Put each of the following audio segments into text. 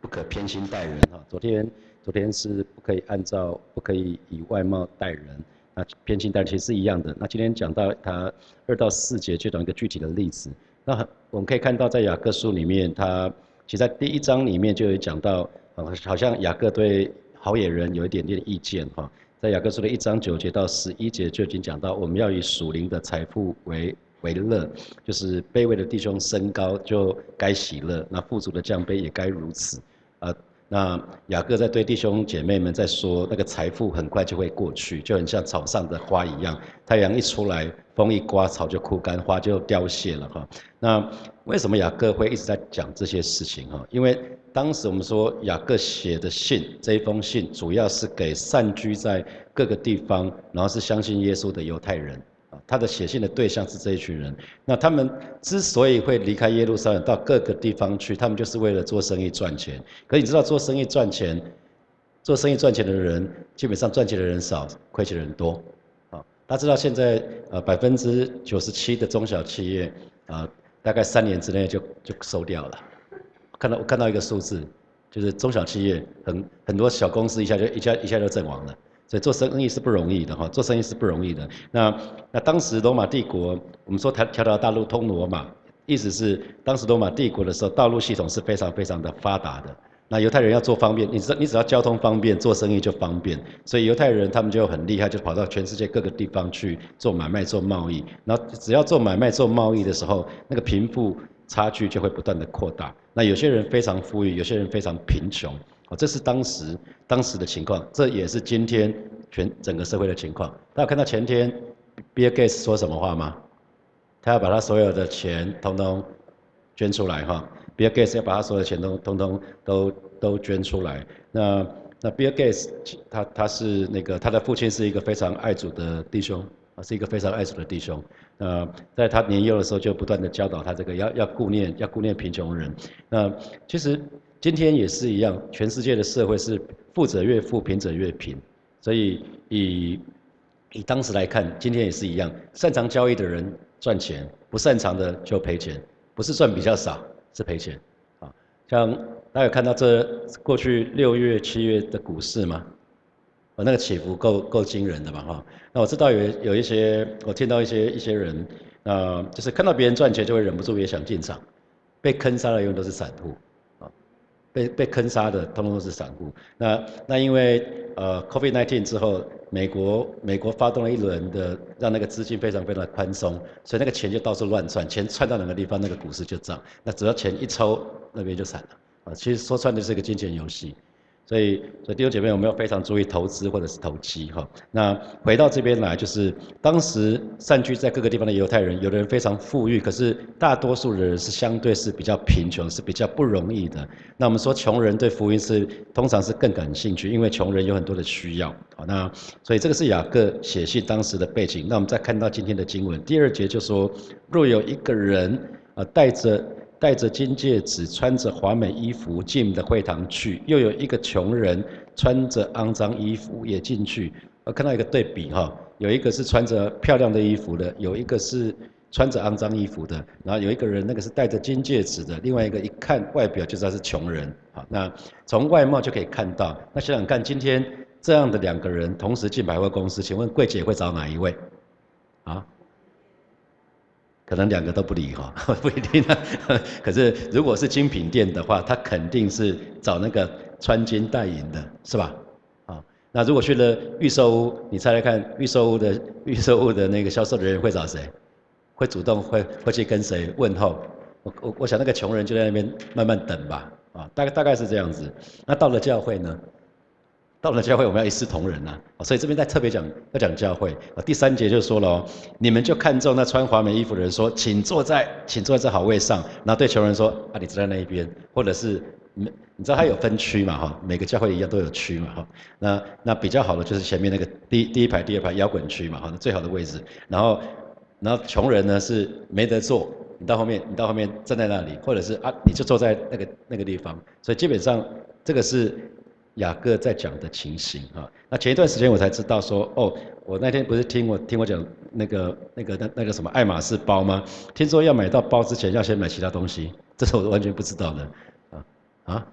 不可偏心待人哈。昨天是不可以以外貌待人，那偏心待人其实是一样的。那今天讲到他2到4节就讲一个具体的例子。那我们可以看到在雅各书里面，他其实在第1章里面就有讲到，好像雅各对好野人有一点点意见哈。在雅各书的1章9节到11节就已经讲到，我们要以属灵的财富为乐，就是卑微的弟兄升高就该喜乐，那富足的降卑也该如此。那雅各在对弟兄姐妹们在说，那个财富很快就会过去，就很像草上的花一样，太阳一出来，风一刮，草就枯干，花就凋谢了哈。那为什么雅各会一直在讲这些事情哈？因为当时我们说雅各写的信，这一封信主要是给散居在各个地方，然后是相信耶稣的犹太人。他的写信的对象是这一群人，那他们之所以会离开耶路撒冷到各个地方去，他们就是为了做生意赚钱。可你知道做生意赚钱的人，基本上赚钱的人少，亏钱的人多。大家知道现在97%的中小企业大概3年之内就收掉了。我看到一个数字，就是中小企业很多小公司一下就阵亡了。所以做生意是不容易的哈，做生意是不容易的。那当时罗马帝国，我们说条条大路通罗马，意思是当时罗马帝国的时候，道路系统是非常非常的发达的。那犹太人要做方便，你只要交通方便，做生意就方便。所以犹太人他们就很厉害，就跑到全世界各个地方去做买卖、做贸易。然后只要做买卖、做贸易的时候，那个贫富差距就会不断的扩大。那有些人非常富裕，有些人非常贫穷。这是当时的情况，这也是今天整个社会的情况。大家看到前天 Bill Gates 说什么话吗？他要把他所有的钱统统捐出来哈。Bill Gates 要把他所有的钱统统都捐出来。那 Bill Gates 他是他的父亲是一个非常爱主的弟兄，是一个非常爱主的弟兄。在他年幼的时候就不断的教导他这个要顾念贫穷人。那其实今天也是一样，全世界的社会是富者越富，贫者越贫。所以以当时来看，今天也是一样，擅长交易的人赚钱，不擅长的就赔钱，不是赚比较少，是赔钱。像大家有看到这过去6月、7月的股市吗？那个起伏够惊人的嘛哈。那我知道有一些，我听到一些人，就是看到别人赚钱就会忍不住也想进场，被坑杀的永远都是散户。被坑杀的通通都是散户。那因为COVID-19 之后，美国发动了一轮的让那个资金非常非常的宽松，所以那个钱就到处乱窜，钱窜到哪个地方，那个股市就涨。那只要钱一抽，那边就散了。其实说穿的是一个金钱游戏。所以弟兄姐妹，我们要非常注意投资或者是投机哈。那回到这边来，就是当时散居在各个地方的犹太人，有的人非常富裕，可是大多数的人是相对是比较贫穷，是比较不容易的。那我们说穷人对福音通常是更感兴趣，因为穷人有很多的需要。那所以这个是雅各写信当时的背景。那我们再看到今天的经文，第2节就说，若有一个人戴着金戒指，穿着华美衣服进的会堂去，又有一个穷人穿着肮脏衣服也进去。看到一个对比哈，有一个是穿着漂亮的衣服的，有一个是穿着肮脏衣服的，然后有一个人那个是戴着金戒指的，另外一个一看外表就知道是穷人。好，那从外貌就可以看到。那想想看，今天这样的2个人同时进百货公司，请问柜姐会找哪一位？啊？可能2个都不理哈，不一定啊。可是如果是精品店的话，他肯定是找那个穿金戴银的，是吧？那如果去了预售屋，你猜猜看，预售屋的那个销售人员会找谁？会主动会去跟谁问候？我想那个穷人就在那边慢慢等吧，大概是这样子。那到了教会呢？到了教会，我们要一视同仁呐，所以这边在特别要讲教会。第3节就说了哦，你们就看中那穿华美衣服的人说，请坐在这好位上。然后对穷人说，你坐在那一边，或者是你知道它有分区嘛哈，每个教会一样都有区嘛哈。那比较好的就是前面那个第一排、第2排摇滚区嘛哈，最好的位置。然后穷人呢是没得坐，你到后面站在那里，或者是你就坐在那个地方。所以基本上这个是雅各在讲的情形哈。那前一段时间我才知道说，我那天不是听我讲那个什么爱马仕包吗？听说要买到包之前要先买其他东西，这是我完全不知道的。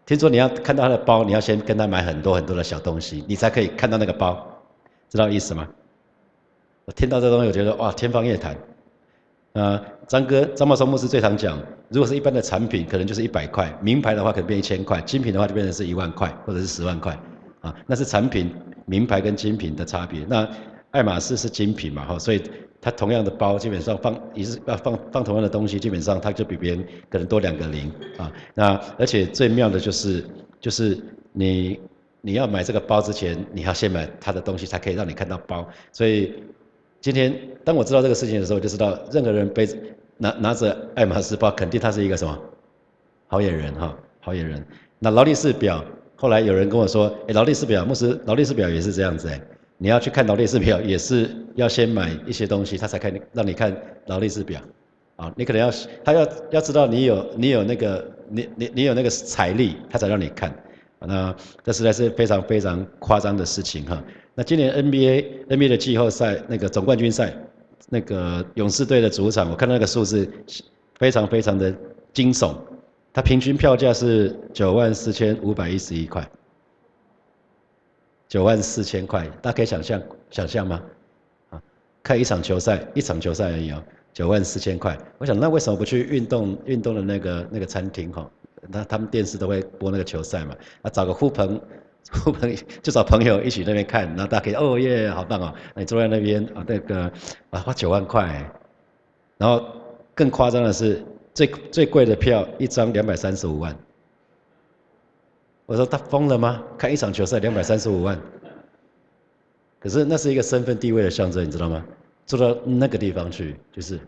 听说你要看到他的包，你要先跟他买很多很多的小东西，你才可以看到那个包，知道意思吗？我听到这东西，我觉得哇，天方夜谭。张茂松牧师最常讲，如果是一般的产品，可能就是100块，名牌的话可能变1000块，精品的话就变成是1万块或者是10万块，那是产品名牌跟精品的差别。那爱马仕是精品嘛，所以它同样的包基本上放同样的东西，基本上它就比别人可能多2个零那而且最妙的就是你要买这个包之前，你要先买它的东西，才可以让你看到包。所以今天当我知道这个事情的时候，我就知道任何人拿着爱马仕包，肯定他是一个什么好野人好野人。那劳力士表，后来有人跟我说，劳力士表，牧师，劳力士表也是这样子你要去看劳力士表，也是要先买一些东西，他才让你看劳力士表。你可能他要知道你有那个你有那个财力，他才让你看。那这实在是非常非常夸张的事情那今年 NBA 的季后赛那个总冠军赛，那个勇士队的主场，我看到那个数字非常非常的惊悚，它平均票价是94,511块，94,000块，大家可以想象吗？看一场球赛而已94,000块。我想那为什么不去运动的那个餐厅那他们电视都会播那个球赛嘛，找个呼朋就找朋友一起那边看，然后大家可以耶，好棒那你坐在那边花9万块，然后更夸张的是最贵的票一张235万。我说他疯了吗？看一场球赛235万？可是那是一个身份地位的象征，你知道吗？坐到那个地方去，就是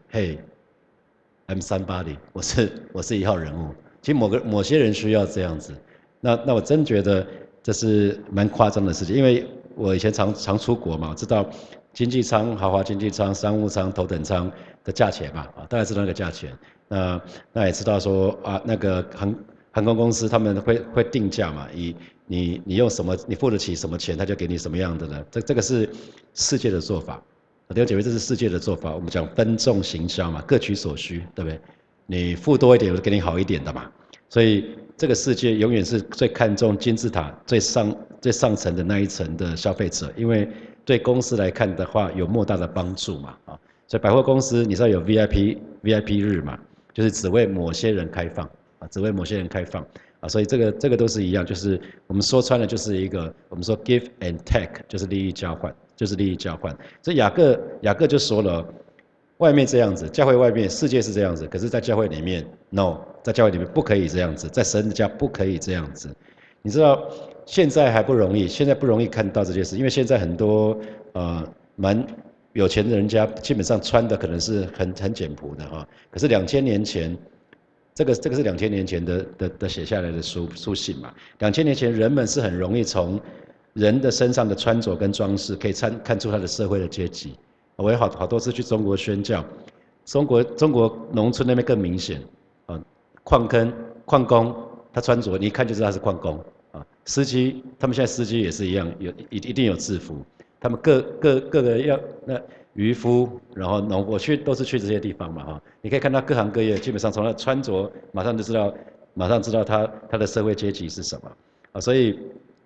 I'm somebody，我是一号人物。其实某些人需要这样子，那我真觉得这是蛮夸张的事情，因为我以前常出国嘛，我知道经济舱、豪华经济舱、商务舱、头等舱的价钱嘛，大概知道那个价钱。那也知道说那个航空公司他们会定价嘛，你用什么，你付得起什么钱，他就给你什么样的呢？这个是世界的做法。弟兄姐妹，这是世界的做法。我们讲分众行销嘛，各取所需，对不对？你付多一点，我就给你好一点的嘛。所以这个世界永远是最看重金字塔最上层的那一层的消费者，因为对公司来看的话，有莫大的帮助嘛所以百货公司你知道有 VIP 日嘛，就是只为某些人开放只为某些人开放所以这个都是一样，就是我们说穿了就是一个我们说 give and take， 就是利益交换。所以雅各就说了，外面这样子，教会外面世界是这样子，可是在教会里面 no， 在教会里面不可以这样子，在神的家不可以这样子。你知道现在还不容易，现在不容易看到这件事，因为现在很多蛮有钱的人家基本上穿的可能是很简朴的可是2000年前。这个是2000年前的写下来的书信嘛。2000年前人们是很容易从人的身上的穿着跟装饰，可以看出他的社会的阶级。我有好多次去中国宣教，中国农村那边更明显矿工他穿着你一看就知道他是矿工司机他们现在司机也是一样，一定有制服，他们各个渔夫，然后我都是去这些地方嘛你可以看到各行各业，基本上从他穿着马上知道他的社会阶级是什么所以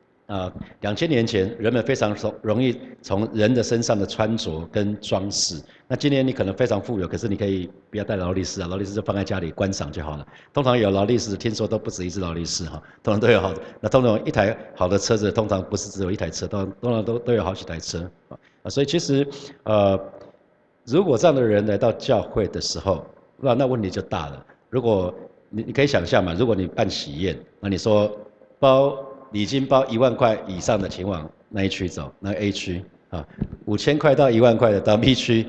2000年前人们非常容易从人的身上的穿着跟装饰。那今年你可能非常富有，可是你可以不要带劳力士劳力士就放在家里观赏就好了。通常有劳力士，听说都不止一只劳力士通常都有通常一台好的车子，通常不是只有一台车，通常都有好几台车所以其实如果这样的人来到教会的时候，那问题就大了。如果你可以想象嘛，如果你办喜宴，那你说礼金包1万块以上的，请往那一区走，那 A 区5000块到1万块的到 B 区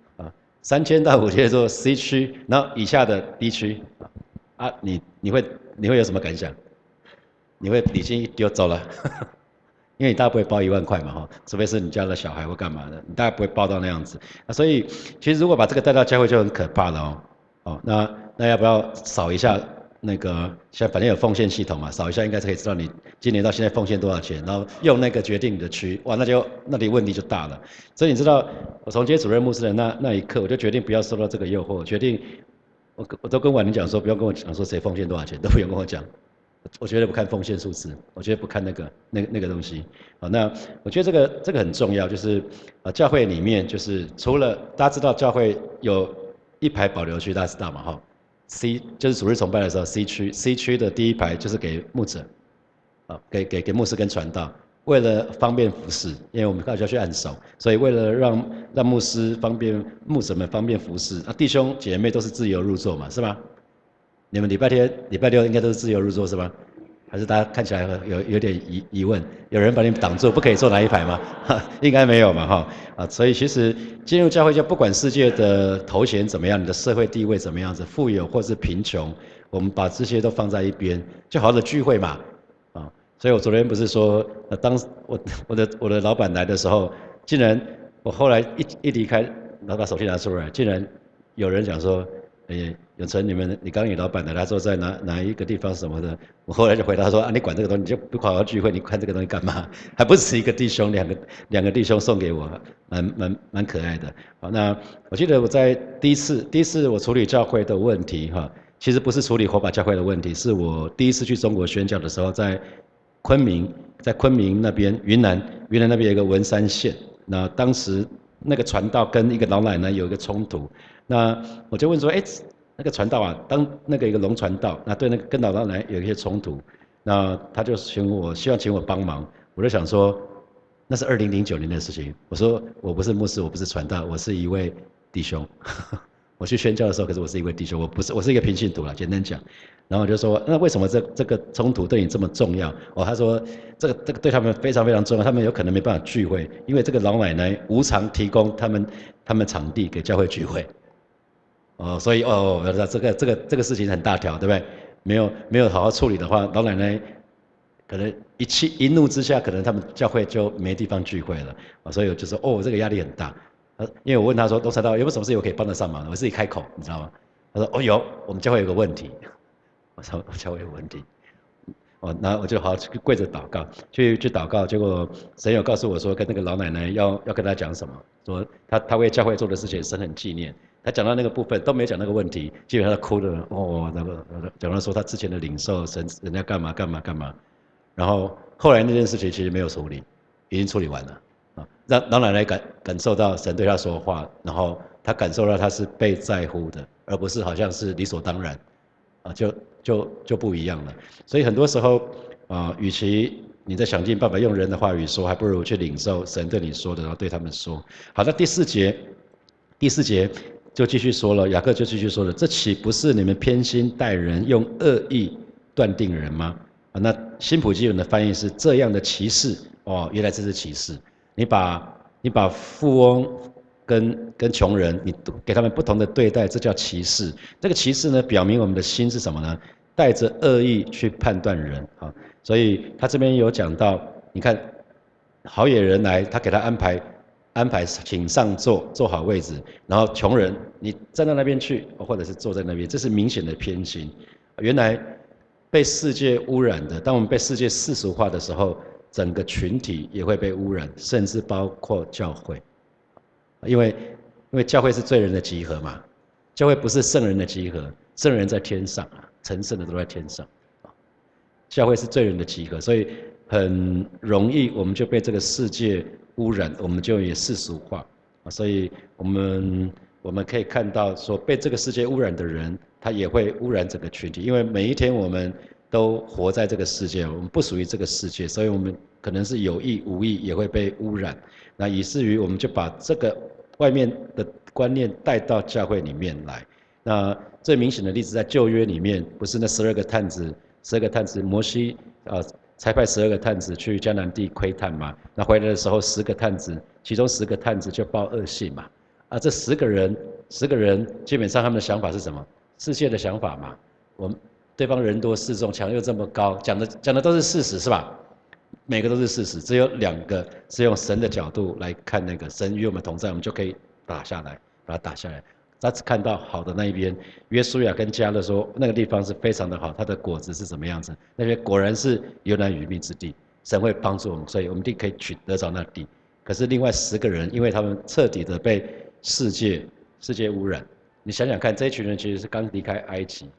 3000到5000做 C 区，然后以下的 D 区你会有什么感想？你会礼金一丢走了，因为你大概不会包1万块嘛除非是你家的小孩或干嘛的，你大概不会包到那样子所以其实如果把这个带到教会就很可怕了那要不要扫一下？那个现在反正有奉献系统嘛，扫一下应该是可以知道你今年到现在奉献多少钱，然后用那个决定你的区，哇，那里问题就大了。所以你知道，我从接主任牧师的那一刻，我就决定不要受到这个诱惑，决定我都跟婉玲讲说，不用跟我讲说谁奉献多少钱，都不用跟我讲， 我绝对不看奉献数字，我绝对不看那个东西。好，那我觉得这个很重要，就是教会里面就是除了大家知道教会有一排保留区，大家知道嘛哈？C 就是主日崇拜的时候，C区的第一排就是给牧者，啊，给牧师跟传道，为了方便服侍，因为我们要去按手，所以为了让牧师方便牧者们方便服侍，啊，弟兄姐妹都是自由入座嘛，是吧？你们礼拜天、礼拜六应该都是自由入座是吧？还是大家看起来有点疑问？有人把你们挡住，不可以坐哪一排吗？应该没有嘛哈啊，所以其实进入教会就不管世界的头衔怎么样，你的社会地位怎么样子，富有或是贫穷，我们把这些都放在一边，就好好的聚会嘛啊。所以我昨天不是说，当我的老板来的时候，竟然我后来一离开，然后把手机拿出来，竟然有人讲说。永成，你刚刚你老板来，他说在哪一个地方什么的，我后来就回答说啊，你管这个东西，你就不好好聚会，你看这个东西干嘛？还不是一个弟兄，两个弟兄送给我，蛮可爱的。好，那我记得我在第一次我处理教会的问题哈，其实不是处理火把教会的问题，是我第一次去中国宣教的时候，昆明，在昆明那边，云南那边有一个文山县，那当时那个传道跟一个老奶奶有一个冲突。那我就问说，哎，那个传道啊，当那个一个龙传道，那对那个跟老奶奶有一些冲突，那他就希望请我帮忙，我就想说，那是2009年的事情，我说我不是牧师，我不是传道，我是一位弟兄，我去宣教的时候，可是我是一位弟兄，我是一个平信徒啦，简单讲，然后我就说，那为什么这个冲突对你这么重要？哦，他说这个对他们非常非常重要，他们有可能没办法聚会，因为这个老奶奶无偿提供他们场地给教会聚会。哦，所以这个事情很大条，对不对？没有好好处理的话，老奶奶可能一怒之下，可能他们教会就没地方聚会了。啊，所以我就说，哦，这个压力很大。因为我问他说，东传道有没有什么事我可以帮得上忙的？我自己开口，你知道吗？他说，哦有，我们教会有个问题。我说我教会有问题。哦，然后我就好好去跪着祷告，去祷告，结果神有告诉我说，跟那个老奶奶要跟他讲什么，说他为教会做的事情，神很纪念。他讲到那个部分都没讲那个问题，基本上他哭了，哦，讲到说他之前的领受，人家干嘛干嘛干嘛，然后后来那件事情其实没有处理，已经处理完了啊，让老奶奶感受到神对他说话，然后他感受到他是被在乎的，而不是好像是理所当然。啊，就不一样了。所以很多时候啊，与其你在想尽办法用人的话语说，还不如去领受神对你说的，然后对他们说。好，那第四节就继续说了，雅各就继续说了，这岂不是你们偏心待人，用恶意断定人吗？啊，那新普基本的翻译是这样的歧视哦，原来这是歧视。你把富翁跟穷人，你给他们不同的对待，这叫歧视。这个歧视呢，表明我们的心是什么呢？带着恶意去判断人啊。所以他这边有讲到，你看好野人来，他给他安排请上座，坐好位置，然后穷人你站到那边去，或者是坐在那边，这是明显的偏心。原来被世界污染的，当我们被世界世俗化的时候，整个群体也会被污染，甚至包括教会。因为教会是罪人的集合嘛，教会不是圣人的集合，圣人在天上啊，成圣的都在天上，教会是罪人的集合，所以很容易我们就被这个世界污染，我们就也世俗化啊，所以我们可以看到说，被这个世界污染的人，他也会污染整个群体，因为每一天我们都活在这个世界，我们不属于这个世界，所以我们可能是有意无意也会被污染，那以至于我们就把这个外面的观念带到教会里面来。那最明显的例子在旧约里面，不是那十二个探子，摩西差派12个探子去迦南地窥探嘛？那回来的时候其中10个探子就报恶信嘛。啊，这十个人基本上他们的想法是什么？世界的想法嘛。我们对方人多势众，强又这么高，讲的都是事实是吧？每个都是事实，只有2个是用神的角度来看那个神与我们同在，我们就可以打下来，把它打下来。他只看到好的那一边。约书亚跟迦勒说，那个地方是非常的好，它的果子是怎么样子？那些果然是流奶与蜜之地，神会帮助我们，所以我们一定可以得着那地。可是另外10个人，因为他们彻底的被世界污染，你想想看，这一群人其实是刚离开埃及，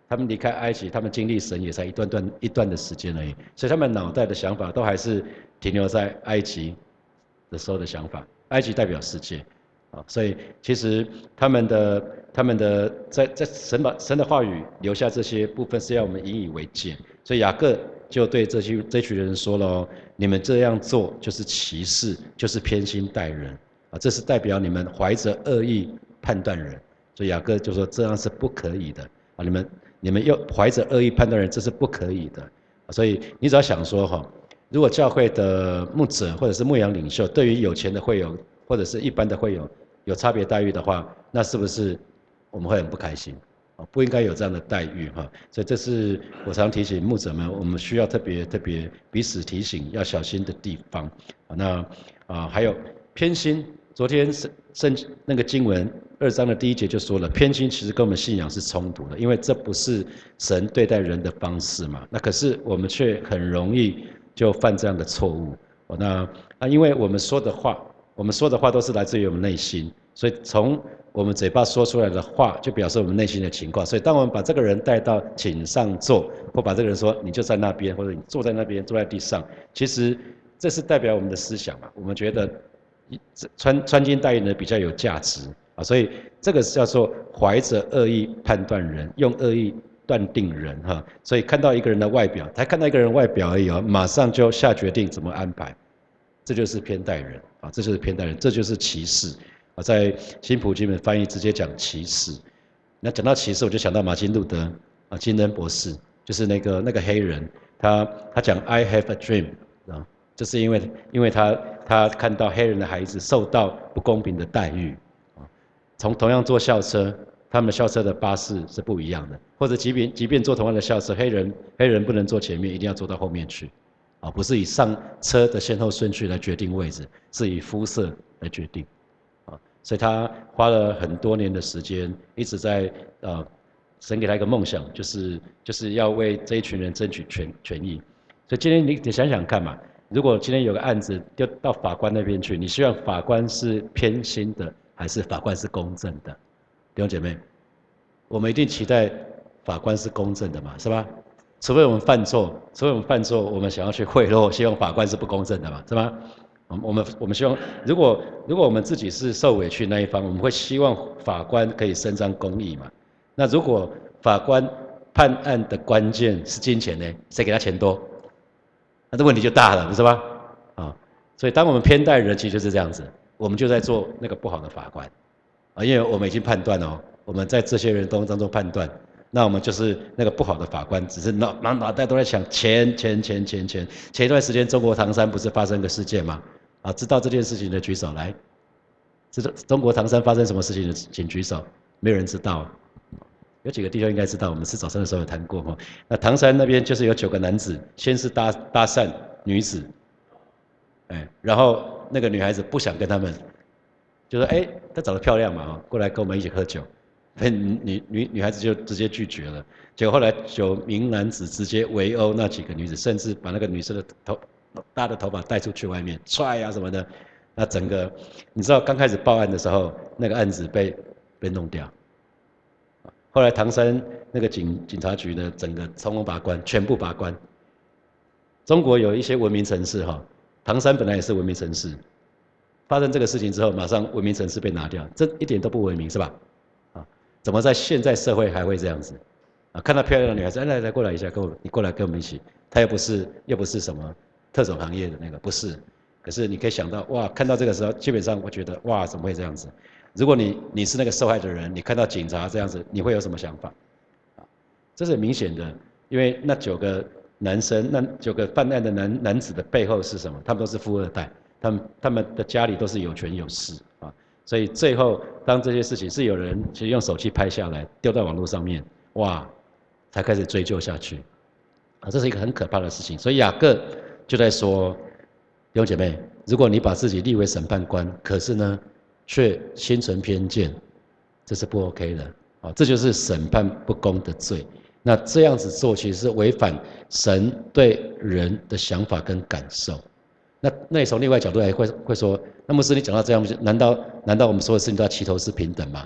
他们离开埃及，他们经历神也才一段的时间而已，所以他们脑袋的想法都还是停留在埃及的时候的想法。埃及代表世界，所以其实他们的在神的话语留下这些部分是要我们引以为戒。所以雅各就对这群人说了哦，你们这样做就是歧视，就是偏心待人这是代表你们怀着恶意判断人。所以雅各就说这样是不可以的你们又怀着恶意判断人，这是不可以的所以你只要想说如果教会的牧者或者是牧养领袖对于有钱的会友或者是一般的会友有差别待遇的话，那是不是我们会很不开心？不应该有这样的待遇所以这是我常提醒牧者们，我们需要特别彼此提醒要小心的地方。那还有偏心，昨天那个经文2章的第1节就说了，偏心其实跟我们信仰是冲突的，因为这不是神对待人的方式嘛。那可是我们却很容易就犯这样的错误。那因为我们说的话都是来自于我们内心，所以从我们嘴巴说出来的话，就表示我们内心的情况。所以当我们把这个人带到请上座，或把这个人说你就在那边，或者你坐在那边，坐在地上，其实这是代表我们的思想嘛。我们觉得穿金戴银的比较有价值所以这个是叫做怀着恶意判断人，用恶意断定人所以看到一个人的外表，才看到一个人的外表而已马上就下决定怎么安排，这就是偏待人这就是偏待人，这就是歧视在新普金的翻译直接讲歧视。那讲到歧视，我就想到马丁路德金恩博士，就是那个黑人，他讲 I have a dream 就是因为他看到黑人的孩子受到不公平的待遇同样坐校车，他们的校车的巴士是不一样的，或者即便坐同样的校车，黑人不能坐前面，一定要坐到后面去不是以上车的先后顺序来决定位置，是以肤色来决定所以他花了很多年的时间，一直在神给他一个梦想，就是要为这一群人争取权益。所以今天你想想看嘛，如果今天有个案子丢到法官那边去，你希望法官是偏心的，还是法官是公正的？弟兄姐妹，我们一定期待法官是公正的嘛，是吧？除非我们犯错，我们想要去贿赂，希望法官是不公正的嘛，是吧？我们希望，如果我们自己是受委屈那一方，我们会希望法官可以伸张公义嘛。那如果法官判案的关键是金钱呢？谁给他钱多？那这问题就大了，不是吧？所以当我们偏待人，其实就是这样子，我们就在做那个不好的法官因为我们已经判断我们在这些人当中判断。那我们就是那个不好的法官，只是脑袋都在想钱。前一段时间中国唐山不是发生个事件吗？知道这件事情的举手来。知道中国唐山发生什么事情的请举手。没有人知道有几个弟兄应该知道，我们吃早餐的时候有谈过那唐山那边就是有9个男子，先是搭讪女子，然后那个女孩子不想跟他们，就说她长得漂亮嘛过来跟我们一起喝酒。女孩子就直接拒绝了，结果后来9名男子直接围殴那几个女子，甚至把那个女生的大的头发带出去外面踹什么的。那整个你知道刚开始报案的时候，那个案子被弄掉。后来唐山那个警察局的整个通通拔关，全部拔关。中国有一些文明城市唐山本来也是文明城市，发生这个事情之后，马上文明城市被拿掉，这一点都不文明，是吧？怎么在现在社会还会这样子看到漂亮的女孩子，来过来一下，你过来跟我们一起。她又不是什么特种行业的那个，不是。可是你可以想到，哇，看到这个时候，基本上我觉得，哇，怎么会这样子？如果你是那个受害的人，你看到警察这样子，你会有什么想法？这是很明显的，因为那9个男生，那9个犯案的男子的背后是什么？他们都是富二代，他们的家里都是有权有势所以最后，当这些事情是有人其实用手机拍下来，丢到网络上面，哇，才开始追究下去这是一个很可怕的事情。所以雅各就在说，弟兄姐妹，如果你把自己立为审判官，可是呢，却心存偏见，这是不 OK 的这就是审判不公的罪。那这样子做其实是违反神对人的想法跟感受。那你从另外角度来会说，那牧师你讲到这样，难道我们所有事情都要齐头是平等吗？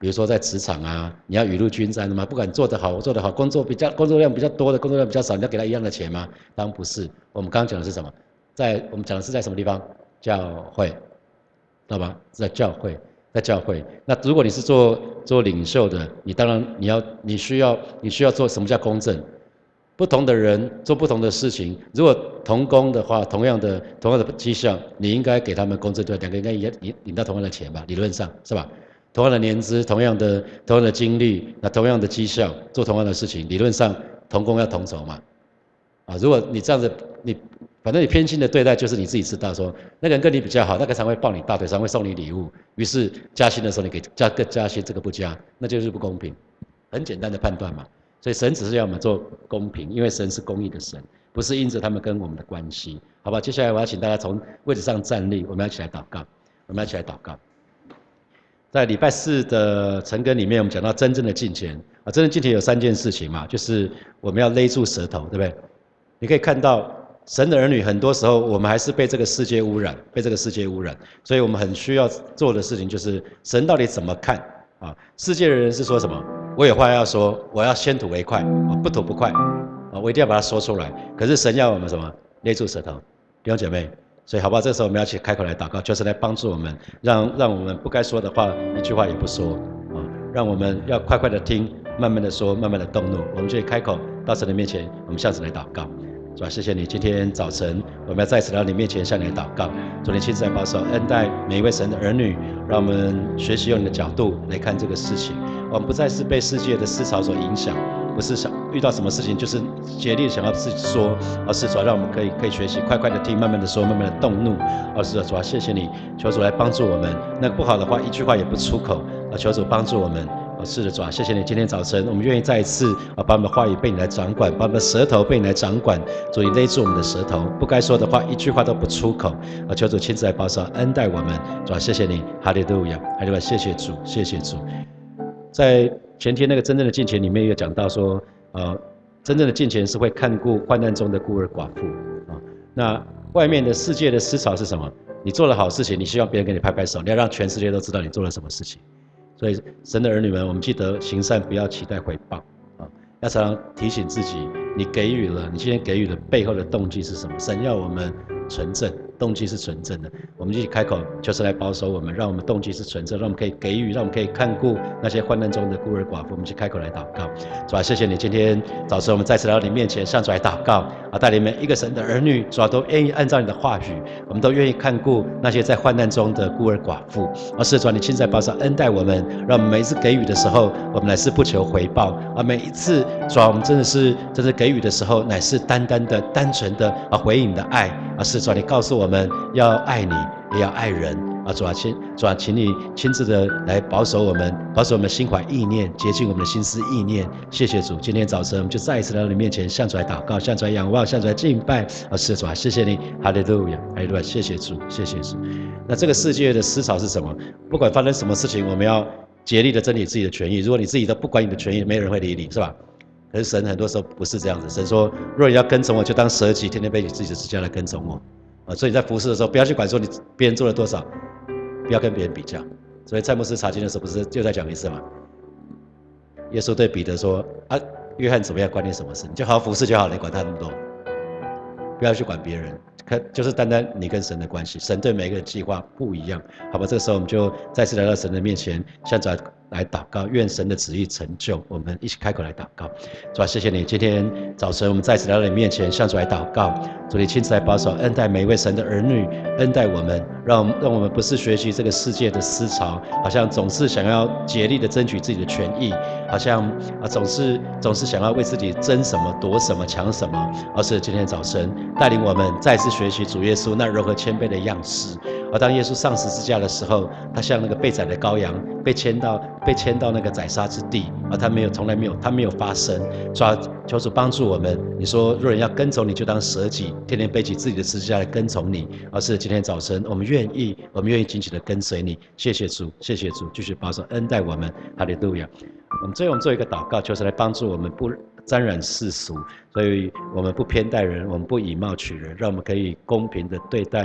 比如说在职场啊，你要雨露均沾的吗？不管做得好，做得好，工作量比较多的，工作量比较少，你要给他一样的钱吗？当然不是。我们刚刚讲的是什么？我们讲的是在什么地方？教会，知道吗？是在教会，在教会。那如果你是做领袖的，你当然你需要做什么叫公正？不同的人做不同的事情，如果同工的话，同样的绩效，你应该给他们公正对，两个应该领到同样的钱吧？理论上是吧？同样的年资，同样的经历，那同样的绩效，做同样的事情，理论上同工要同酬嘛。啊，如果你这样子，反正你偏心的对待，就是你自己知道说，那个人跟你比较好，那个常会抱你大腿，常会送你礼物，于是加薪的时候你给加薪，这个不加，那就是不公平，很简单的判断嘛。所以神只是要我们做公平，因为神是公义的神，不是因着他们跟我们的关系，好吧？接下来我要请大家从位置上站立，我们要一起来祷告，我们要一起来祷告。在礼拜四的晨更里面，我们讲到真正的敬虔啊，真正敬虔有3件事情嘛，就是我们要勒住舌头，对不对？你可以看到神的儿女，很多时候我们还是被这个世界污染，所以我们很需要做的事情就是神到底怎么看啊？世界的人是说什么？我有话要说，我要先吐为快，不吐不快啊！我一定要把它说出来。可是神要我们什么？勒住舌头，弟兄姐妹。所以好不好？这时候我们要一起开口来祷告，就是来帮助我们，让我们不该说的话一句话也不说啊！让我们要快快的听，慢慢的说，慢慢的动怒。我们就开口到神的面前，我们向神来祷告。主啊，谢谢你，今天早晨我们要再次来到你面前向你来祷告。主，你亲自来保守恩待每一位神的儿女，让我们学习用你的角度来看这个事情。我们不再是被世界的思潮所影响，不是想遇到什么事情就是竭力想要自己说，而是主让我们可以学习快快的听，慢慢的说，慢慢的动怒。而是主啊，谢谢你，求主来帮助我们。那不好的话一句话也不出口，求主帮助我们。是的，主啊，谢谢你，今天早晨我们愿意再一次把我们的话语被你来掌管，把我们的舌头被你来掌管。主，你勒住我们的舌头，不该说的话一句话都不出口。求主亲自来保守恩待我们。主啊，谢谢你，哈利路亚，哈利路亚，谢谢主，谢谢主。在前天那个真正的敬虔里面有讲到说，真正的敬虔是会看顾患难中的孤儿寡妇啊。那外面的世界的思潮是什么？你做了好事情，你希望别人给你拍拍手，你要让全世界都知道你做了什么事情。所以神的儿女们，我们记得行善不要期待回报啊，要常常提醒自己，你给予了，你今天给予的背后的动机是什么？神要我们纯正，动机是纯正的。我们一起开口，就是来保守我们，让我们动机是纯正，让我们可以给予，让我们可以看顾那些患难中的孤儿寡妇。我们去开口来祷告，主啊，谢谢你，今天早晨我们再次来到你面前，向主来祷告啊，带领每一个神的儿女，主啊，都愿意按照你的话语，我们都愿意看顾那些在患难中的孤儿寡妇。而是主啊，你亲自保守恩待我们，让我们每一次给予的时候，我们乃是不求回报啊，每一次主啊，我们真的给予的时候，乃是单纯的回应你的爱啊，是主啊，你告诉我们要爱你，也要爱人啊，主啊，请你亲自的来保守我们，保守我们心怀意念，洁净我们的心思意念。谢谢主，今天早晨我们就再一次来到你面前，向主来祷告，向主来仰望，向主来敬拜啊，是主啊，谢谢你，哈利路亚，哈利路亚，谢谢主，谢谢主。那这个世界的思潮是什么？不管发生什么事情，我们要竭力的争取自己的权益。如果你自己都不管你的权益，没人会理你，是吧？可是神很多时候不是这样子，神说，若你要跟从我，就当舍己，天天背起自己的十字架来跟从我。啊，所以你在服侍的时候，不要去管说你别人做了多少，不要跟别人比较。所以蔡牧师查经的时候，不是就在讲一次吗？耶稣对彼得说：“啊，约翰怎么样，关你什么事？你就好好服侍就好，你管他那么多，不要去管别人。就是单单你跟神的关系，神对每个人计划不一样，好吧？这个时候我们就再次来到神的面前，向主来祷告，愿神的旨意成就。我们一起开口来祷告。主啊，谢谢你，今天早晨我们再次来到你面前，向主来祷告。主，你亲自来保守恩待每一位神的儿女，恩待我们，让我们不是学习这个世界的思潮，好像总是想要竭力的争取自己的权益，好像总是想要为自己争什么、夺什么、抢什么，而是今天早晨带领我们再次学习主耶稣那柔和谦卑的样式。而当耶稣上十字架的时候，他像那个被宰的羔羊，被牵到那个宰杀之地，而他没有发声。求主帮助我们。你说，若人要跟从你，就当舍己，天天背起自己的十字架来跟从你。而是今天早晨，我们愿意紧紧的跟随你。谢谢主，谢谢主，继续保守恩待我们。哈利路亚。我们最后我们做一个祷告，就是来帮助我们不沾染世俗，所以我们不偏待人，我们不以貌取人，让我们可以公平的对待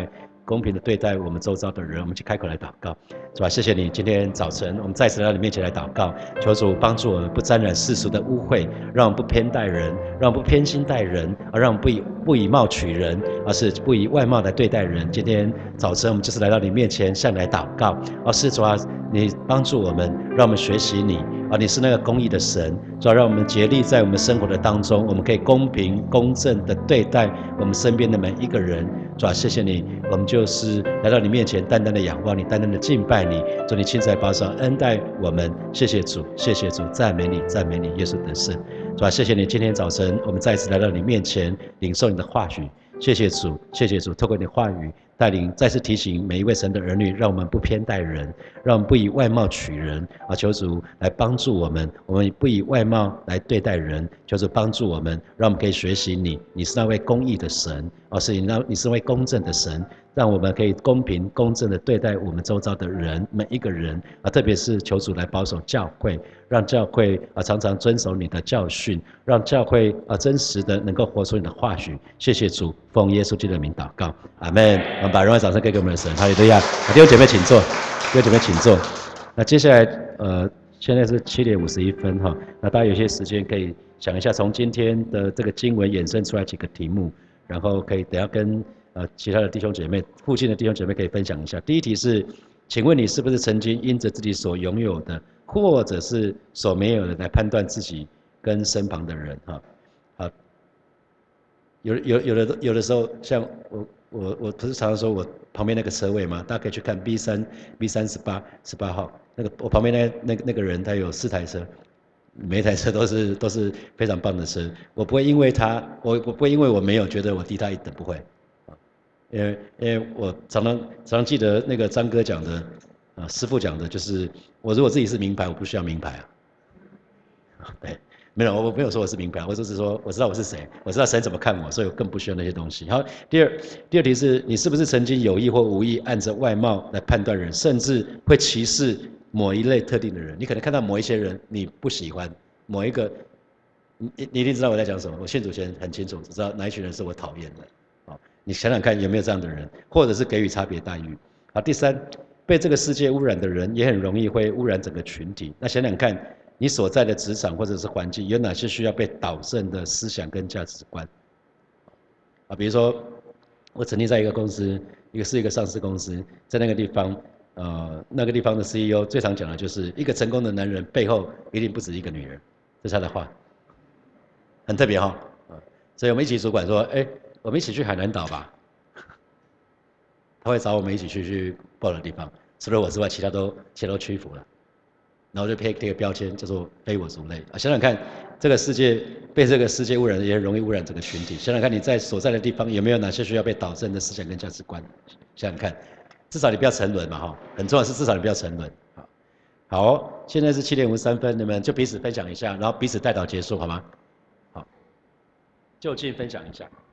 公平的对待我们周遭的人。我们去开口来祷告，主啊，谢谢你，今天早晨我们再次来到你面前来祷告，求主帮助我们不沾染世俗的污秽，让我们不偏待人，让我们不偏心待人，让我们不以貌取人，而是不以外貌来对待人。今天早晨我们就是来到你面前向你来祷告，是主啊，你帮助我们，让我们学习你。你是那个公义的神，主要让我们竭力在我们生活的当中，我们可以公平公正的对待我们身边的每一个人。主啊，谢谢你，我们就是来到你面前，单单的仰望你，单单的敬拜你。主，你亲自来保守恩待我们，谢谢主，谢谢主，赞美你，赞美你，耶稣得胜。主啊，谢谢你，今天早晨我们再次来到你面前，领受你的话语。谢谢主，谢谢主，透过你的话语带领，再次提醒每一位神的儿女，让我们不偏待人，让我们不以外貌取人。求主来帮助我们，我们不以外貌来对待人。求主帮助我们，让我们可以学习你，你是那位公义的神，你是那位公正的神，让我们可以公平公正的对待我们周遭的人，每一个人特别是求主来保守教会，让教会常常遵守你的教训，让教会真实的能够活出你的话语。谢谢主，奉耶稣基督的名祷告，阿们。我们把荣耀掌声给我们的神，哈利路亚。弟兄姐妹请坐，弟兄姐妹请坐。那接下来现在是7:51哈，那大家有些时间可以想一下，从今天的这个经文衍生出来几个题目，然后可以等下跟其他的弟兄姐妹、附近的弟兄姐妹可以分享一下。第一题是，请问你是不是曾经因着自己所拥有的，或者是所没有的来判断自己跟身旁的人哈？好，有的时候，像我不是常常说我旁边那个车位吗？大家可以去看 B38号，那个我旁边那个人他有4台车，每一台车都是非常棒的车。我不会因为他，我不会因为我没有觉得我低他一等，不会。因为我常常记得那个张哥讲的，师父讲的就是，我如果自己是名牌，我不需要名牌啊。对。没有，我没有说我是名牌，我只是说我知道我是谁，我知道神怎么看我，所以我更不需要那些东西。好，第二题是你是不是曾经有意或无意按着外貌来判断人，甚至会歧视某一类特定的人？你可能看到某一些人你不喜欢，某一个你一定知道我在讲什么。我信主前很清楚，知道哪一群人是我讨厌的。好，你想想看有没有这样的人，或者是给予差别待遇。好，第三，被这个世界污染的人也很容易会污染整个群体。那想想看。你所在的职场或者是环境有哪些需要被导正的思想跟价值观？比如说，我曾经在一个公司，是一个上市公司，在那个地方，那个地方的 CEO 最常讲的就是一个成功的男人背后一定不止一个女人，这是他的话，很特别哈。所以我们一起主管说，我们一起去海南岛吧，他会找我们一起去报的地方，除了我之外，其他都屈服了。然后就贴个标签叫做非我族类想想看，这个世界被这个世界污染，也很容易污染整个群体。想想看你在所在的地方有没有哪些需要被导正的思想跟价值观？想想看，至少你不要沉沦嘛哈。很重要的是至少你不要沉沦。好，现在是7:53，你们就彼此分享一下，然后彼此代祷结束好吗？好，就近分享一下。